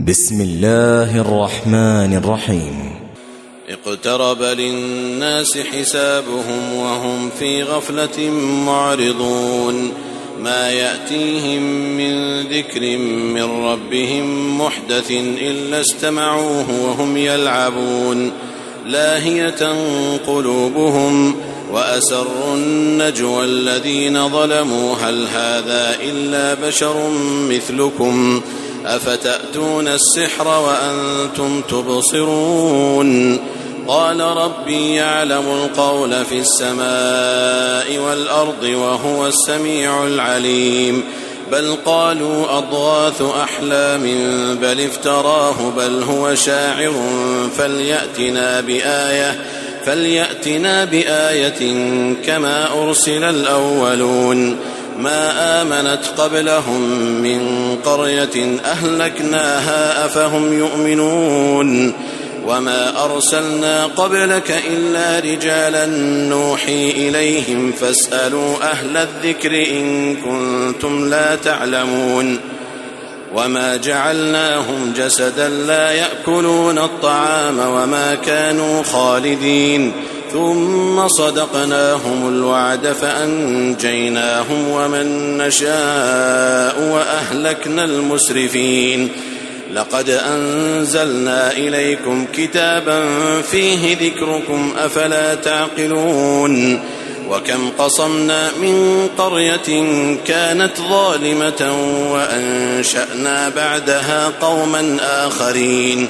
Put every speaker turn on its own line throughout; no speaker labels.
بسم الله الرحمن الرحيم.
اقترب للناس حسابهم وهم في غفلة معرضون ما يأتيهم من ذكر من ربهم محدث إلا استمعوه وهم يلعبون لاهية قلوبهم وأسروا النجوى الذين ظلموا هل هذا إلا بشر مثلكم أفتأتون السحر وأنتم تبصرون قال ربي يعلم القول في السماء والأرض وهو السميع العليم بل قالوا أضغاث أحلام بل افتراه بل هو شاعر فليأتنا بآية كما أرسل الأولون ما آمنت قبلهم من قرية أهلكناها أفهم يؤمنون وما أرسلنا قبلك إلا رجالا نوحي إليهم فاسألوا أهل الذكر إن كنتم لا تعلمون وما جعلناهم جسدا لا يأكلون الطعام وما كانوا خالدين ثم صدقناهم الوعد فأنجيناهم ومن نشاء وأهلكنا المسرفين لقد أنزلنا إليكم كتابا فيه ذكركم أفلا تعقلون وكم قصمنا من قرية كانت ظالمة وأنشأنا بعدها قوما آخرين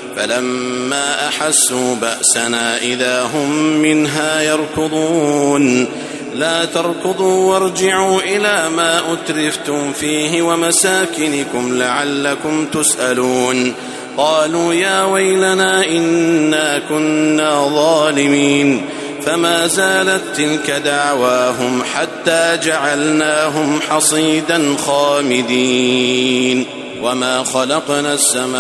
فلما أحسوا بأسنا إذا هم منها يركضون لا تركضوا وارجعوا إلى ما أترفتم فيه ومساكنكم لعلكم تسألون قالوا يا ويلنا إنا كنا ظالمين فما زالت تلك دعواهم حتى جعلناهم حصيدا خامدين وما خلقنا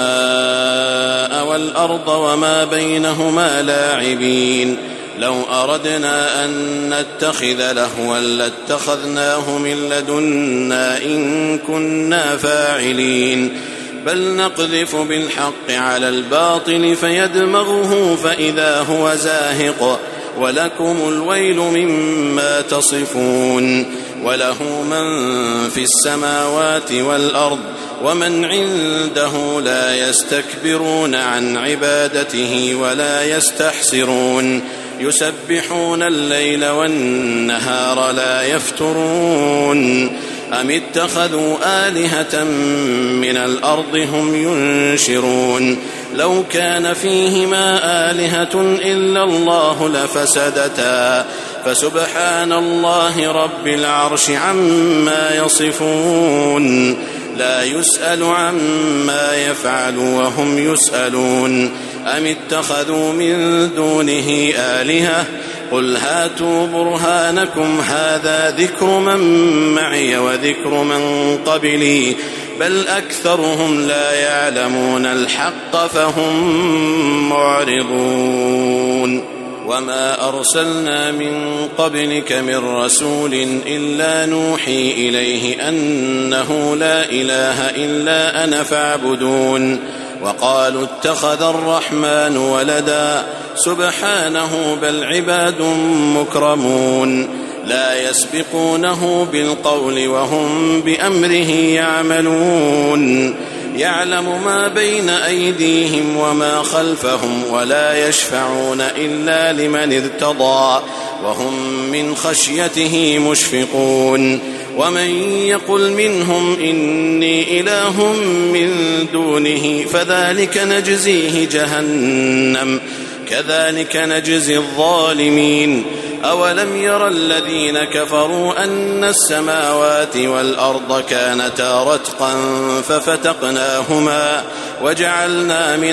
السماء والأرض وما بينهما لاعبين لو أردنا أن نتخذ لهوا لاتخذناه من لدنا إن كنا فاعلين بل نقذف بالحق على الباطل فيدمغه فإذا هو زاهق ولكم الويل مما تصفون وله من في السماوات والأرض ومن عنده لا يستكبرون عن عبادته ولا يستحسرون يسبحون الليل والنهار لا يفترون أم اتخذوا آلهة من الأرض هم ينشرون لو كان فيهما آلهة إلا الله لفسدتا فسبحان الله رب العرش عما يصفون لا يسأل عما يفعل وهم يسألون أم اتخذوا من دونه آلهة قل هاتوا برهانكم هذا ذكر من معي وذكر من قبلي بل أكثرهم لا يعلمون الحق فهم معرضون وما أرسلنا من قبلك من رسول إلا نوحي إليه أنه لا إله إلا أنا فاعبدون وقالوا اتخذ الرحمن ولدا سبحانه بل عباد مكرمون لا يسبقونه بالقول وهم بأمره يعملون يعلم ما بين أيديهم وما خلفهم ولا يشفعون إلا لمن ارتضى وهم من خشيته مشفقون ومن يقل منهم إني إله من دونه فذلك نجزيه جهنم كذلك نجزي الظالمين أولم ير الذين كفروا أن السماوات والأرض كانتا رتقا ففتقناهما وجعلنا من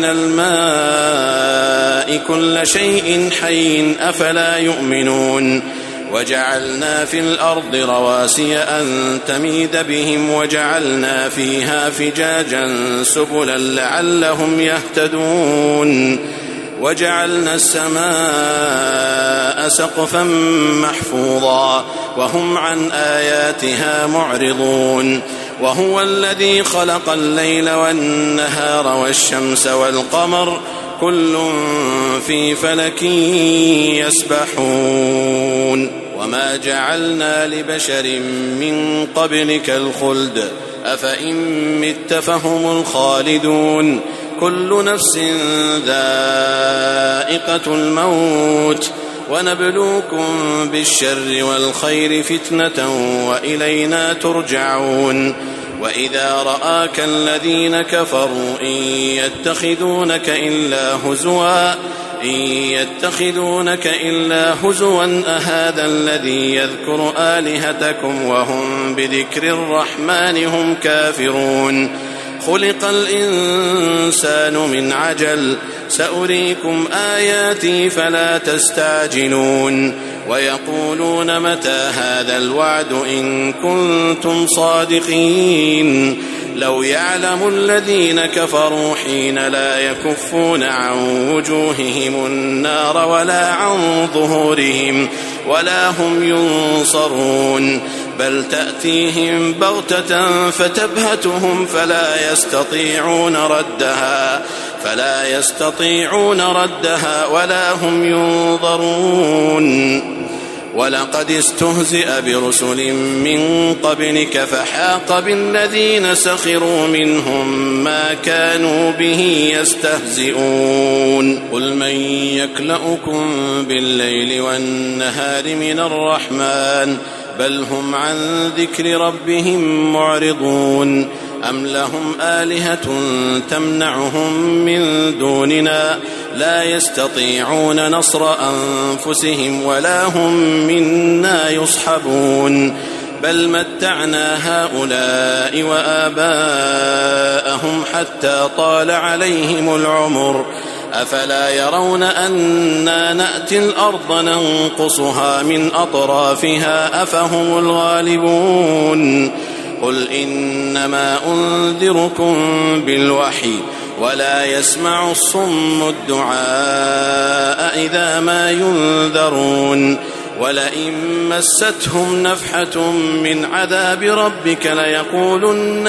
الماء كل شيء حي أفلا يؤمنون وجعلنا في الأرض رواسي أن تميد بهم وجعلنا فيها فجاجا سبلا لعلهم يهتدون وجعلنا السماء سقفا محفوظا وهم عن آياتها معرضون وهو الذي خلق الليل والنهار والشمس والقمر كل في فلك يسبحون وما جعلنا لبشر من قبلك الخلد أفإن مت فهم الخالدون كل نفس ذائقة الموت ونبلوكم بالشر والخير فتنة وإلينا ترجعون وإذا رآك الذين كفروا إن يتخذونك إلا هزوا أهذا الذي يذكر آلهتكم وهم بذكر الرحمن هم كافرون خلق الإنسان من عجل سأريكم آياتي فلا تستعجلون ويقولون متى هذا الوعد إن كنتم صادقين لو يعلم الذين كفروا حين لا يكفون عن وجوههم النار ولا عن ظهورهم ولا هم ينصرون بل تأتيهم بغتة فتبهتهم فلا يستطيعون ردها ولا هم ينظرون ولقد استهزئ برسل من قبلك فحاق بالذين سخروا منهم ما كانوا به يستهزئون قل من يكلؤكم بالليل والنهار من الرحمن بل هم عن ذكر ربهم معرضون أم لهم آلهة تمنعهم من دوننا لا يستطيعون نصر أنفسهم ولا هم منا يصحبون بل متعنا هؤلاء وآباءهم حتى طال عليهم العمر أفلا يرون أنا نأتي الأرض ننقصها من أطرافها أفهم الغالبون قل إنما أنذركم بالوحي ولا يسمع الصم الدعاء إذا ما ينذرون ولئن مستهم نفحة من عذاب ربك ليقولن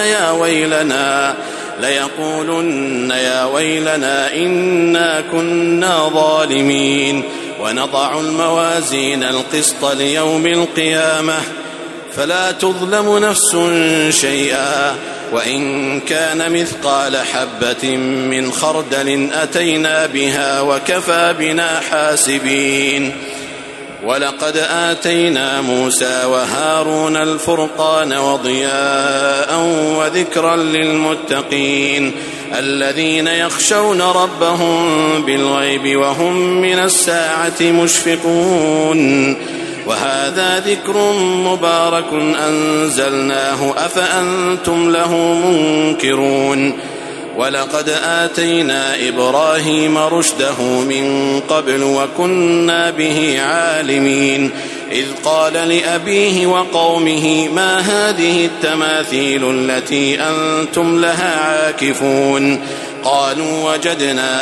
يا ويلنا إنا كنا ظالمين ونضع الموازين القسط ليوم القيامة فلا تظلم نفس شيئا وإن كان مثقال حبة من خردل أتينا بها وكفى بنا حاسبين ولقد آتينا موسى وهارون الفرقان وضياء وذكرا للمتقين الذين يخشون ربهم بالغيب وهم من الساعة مشفقون وهذا ذكر مبارك أنزلناه أفأنتم له منكرون ولقد آتينا إبراهيم رشده من قبل وكنا به عالمين إذ قال لأبيه وقومه ما هذه التماثيل التي أنتم لها عاكفون قالوا وجدنا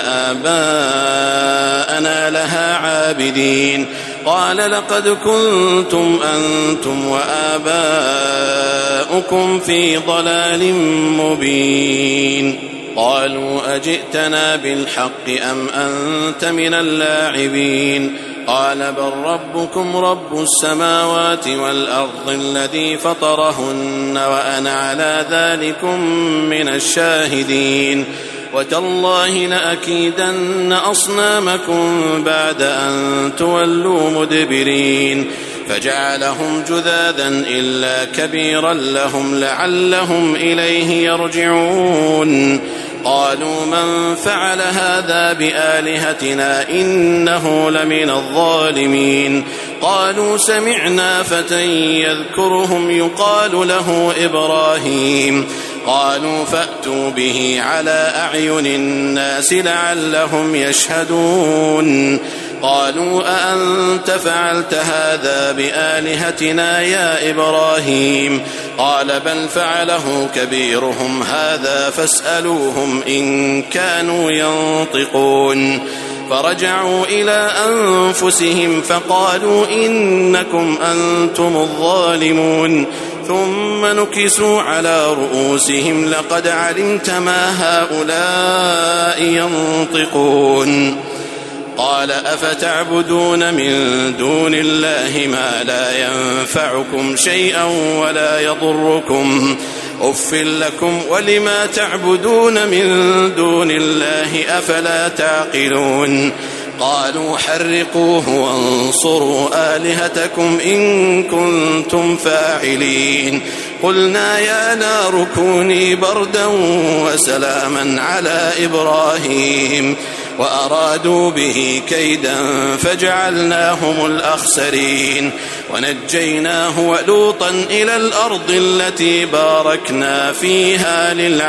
آباءنا لها عابدين قال لقد كنتم أنتم وآباؤكم في ضلال مبين قالوا أجئتنا بالحق أم أنت من اللاعبين قال بل ربكم رب السماوات والأرض الذي فطرهن وأنا على ذلكم من الشاهدين وتالله لأكيدن أصنامكم بعد أن تولوا مدبرين فجعلهم جذاذا إلا كبيرا لهم لعلهم إليه يرجعون قالوا من فعل هذا بآلهتنا إنه لمن الظالمين قالوا سمعنا فتى يذكرهم يقال له إبراهيم قالوا فأتوا به على أعين الناس لعلهم يشهدون قالوا أأنت فعلت هذا بآلهتنا يا إبراهيم قال بل فعله كبيرهم هذا فاسألوهم إن كانوا ينطقون فرجعوا إلى أنفسهم فقالوا إنكم أنتم الظالمون ثم نكسوا على رؤوسهم لقد علمت ما هؤلاء ينطقون قال أفتعبدون من دون الله ما لا ينفعكم شيئا ولا يضركم أف لكم ولما تعبدون من دون الله أفلا تعقلون قالوا حرقوه وانصروا آلهتكم إن كنتم فاعلين قلنا يا نار كوني بردا وسلاما على إبراهيم وأرادوا به كيدا فجعلناهم الأخسرين ونجيناه ولوطا إلى الأرض التي باركنا فيها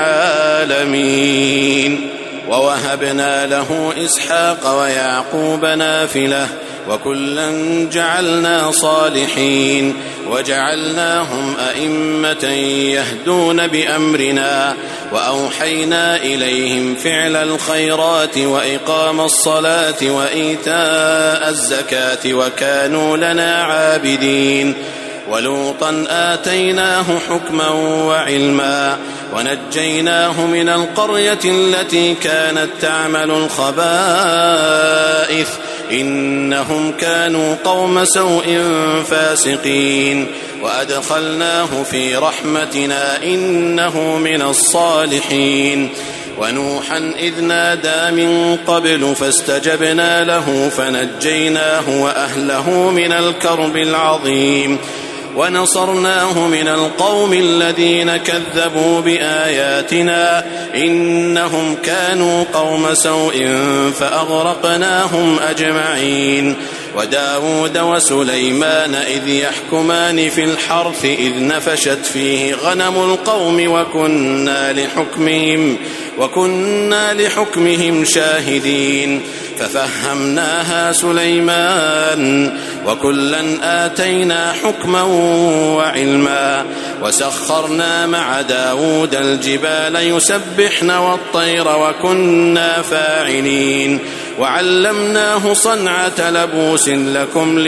للعالمين ووهبنا له إسحاق ويعقوب نافلة وكلا جعلنا صالحين وجعلناهم أئمة يهدون بأمرنا وأوحينا إليهم فعل الخيرات وإقام الصلاة وإيتاء الزكاة وكانوا لنا عابدين ولوطا آتيناه حكما وعلما ونجيناه من القرية التي كانت تعمل الخبائث إنهم كانوا قوم سوء فاسقين وأدخلناه في رحمتنا إنه من الصالحين ونوحا إذ نادى من قبل فاستجبنا له فنجيناه وأهله من الكرب العظيم ونصرناه من القوم الذين كذبوا بآياتنا إنهم كانوا قوم سوء فأغرقناهم أجمعين وداود وسليمان إذ يحكمان في الحرث إذ نفشت فيه غنم القوم وكنا لحكمهم شاهدين ففهمناها سليمان وكلا آتينا حكما وعلما وسخرنا مع داود الجبال يسبحن والطير وكنا فاعلين وعلمناه صنعة لبوس لكم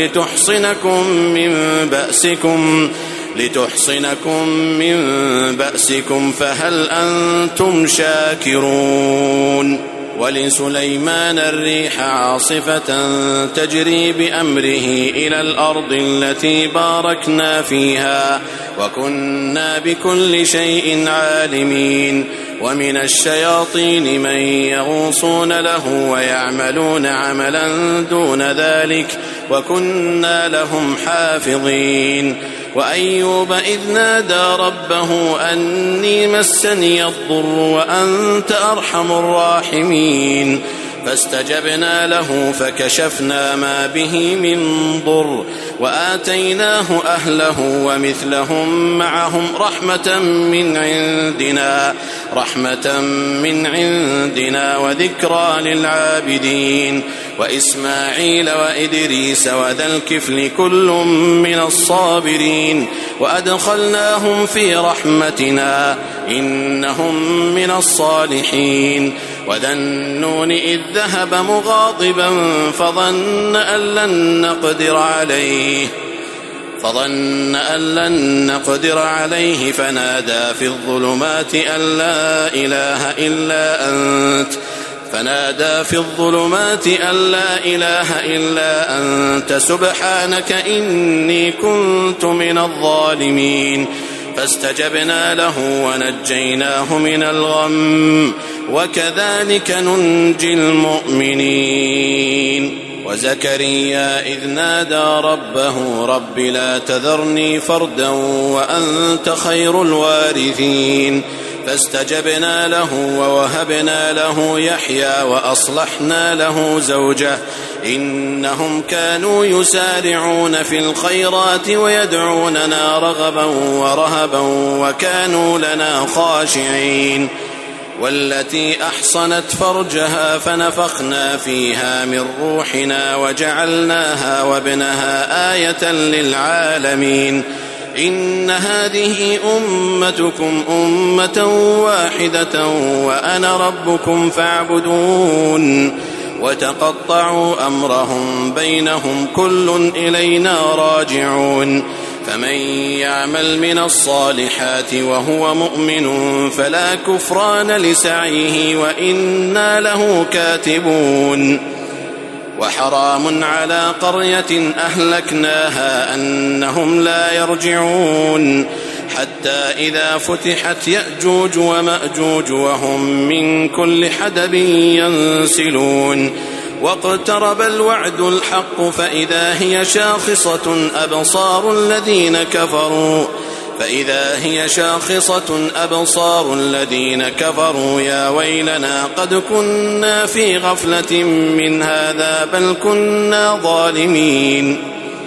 لتحصنكم من بأسكم فهل أنتم شاكرون ولسليمان الريح عاصفة تجري بأمره إلى الأرض التي باركنا فيها وكنا بكل شيء عالمين ومن الشياطين من يغوصون له ويعملون عملا دون ذلك وكنا لهم حافظين وأيوب إذ نادى ربه أني مسني الضر وأنت أرحم الراحمين فاستجبنا له فكشفنا ما به من ضر وآتيناه أهله ومثلهم معهم رحمة من عندنا وذكرى للعابدين وإسماعيل وإدريس وذا الكفل كل من الصابرين وأدخلناهم في رحمتنا إنهم من الصالحين وذا النون إذ ذهب مغاضبا فظن أن لن نقدر عليه فنادى في الظلمات أن لا إله إلا أنت سبحانك إني كنت من الظالمين فاستجبنا له ونجيناه من الغم وكذلك ننجي المؤمنين وزكريا إذ نادى ربه رب لا تذرني فردا وأنت خير الوارثين فاستجبنا له ووهبنا له يحيى وأصلحنا له زوجه إنهم كانوا يسارعون في الخيرات ويدعوننا رغبا ورهبا وكانوا لنا خاشعين والتي أحصنت فرجها فنفخنا فيها من روحنا وجعلناها وابنها آية للعالمين إن هذه أمتكم أمة واحدة وأنا ربكم فاعبدون وتقطعوا أمرهم بينهم كل إلينا راجعون فمن يعمل من الصالحات وهو مؤمن فلا كفران لسعيه وإنا له كاتبون وحرام على قرية أهلكناها أنهم لا يرجعون حتى إذا فتحت يأجوج ومأجوج وهم من كل حدب ينسلون واقترب الوعد الحق فإذا هي شاخصة أبصار الذين كفروا يا ويلنا قد كنا في غفلة من هذا بل كنا ظالمين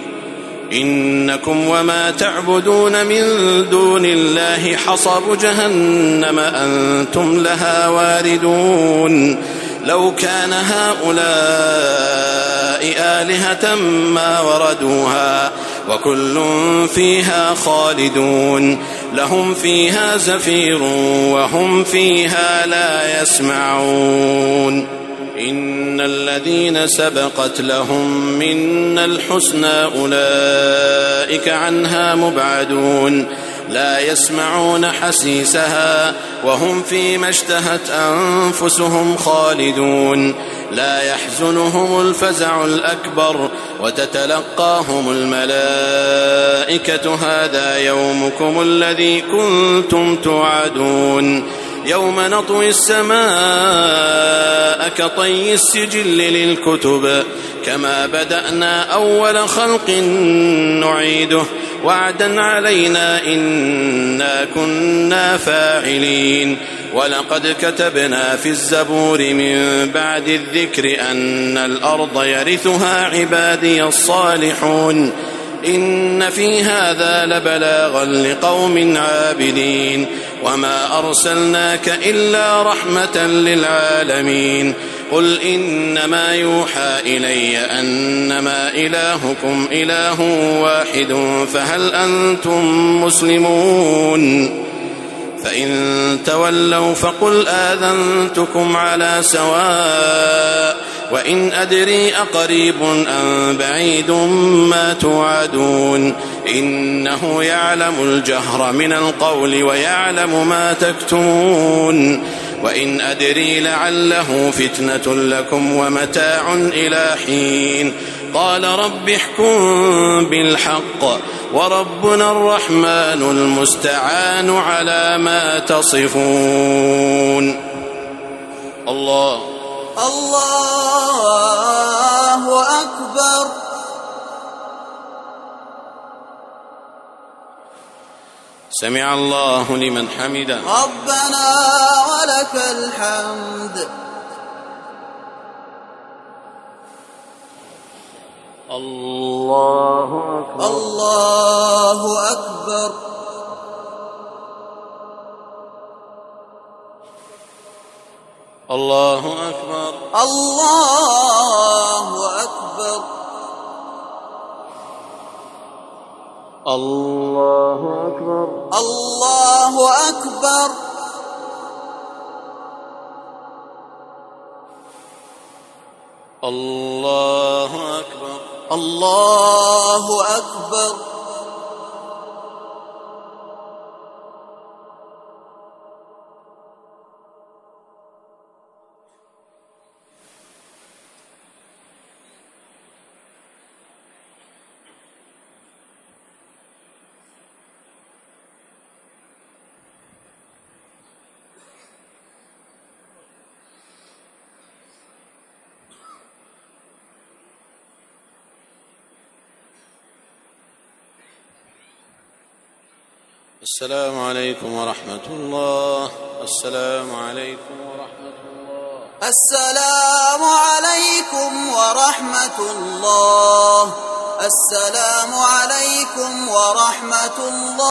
إنكم وما تعبدون من دون الله حصب جهنم أنتم لها واردون لو كان هؤلاء آلهة ما وردوها وكل فيها خالدون لهم فيها زفير وهم فيها لا يسمعون إن الذين سبقت لهم منا الحسنى أولئك عنها مبعدون لا يسمعون حسيسها وهم فيما اشتهت أنفسهم خالدون لا يحزنهم الفزع الأكبر وتتلقاهم الملائكة هذا يومكم الذي كنتم توعدون يوم نطوي السماء كطي السجل للكتب كما بدأنا أول خلق نعيده وعدا علينا إنا كنا فاعلين ولقد كتبنا في الزبور من بعد الذكر أن الأرض يرثها عبادي الصالحون إن في هذا لبلاغا لقوم عابدين وما أرسلناك إلا رحمة للعالمين قل إنما يوحى إلي أنما إلهكم إله واحد فهل أنتم مسلمون فإن تولوا فقل آذنتكم على سواء وإن أدري أقريب أم بعيد ما توعدون إنه يعلم الجهر من القول ويعلم ما تكتمون وإن أدري لعله فتنة لكم ومتاع إلى حين قال رب احكم بالحق وربنا الرحمن المستعان على ما تصفون الله
أكبر
سمع الله لمن حمده
ربنا ولك الحمد
الله أكبر الله أكبر
الله أكبر
الله أكبر
الله أكبر
الله أكبر
الله أكبر
السلام عليكم ورحمة الله. السلام عليكم ورحمة الله.
السلام عليكم ورحمة الله. السلام عليكم ورحمة الله.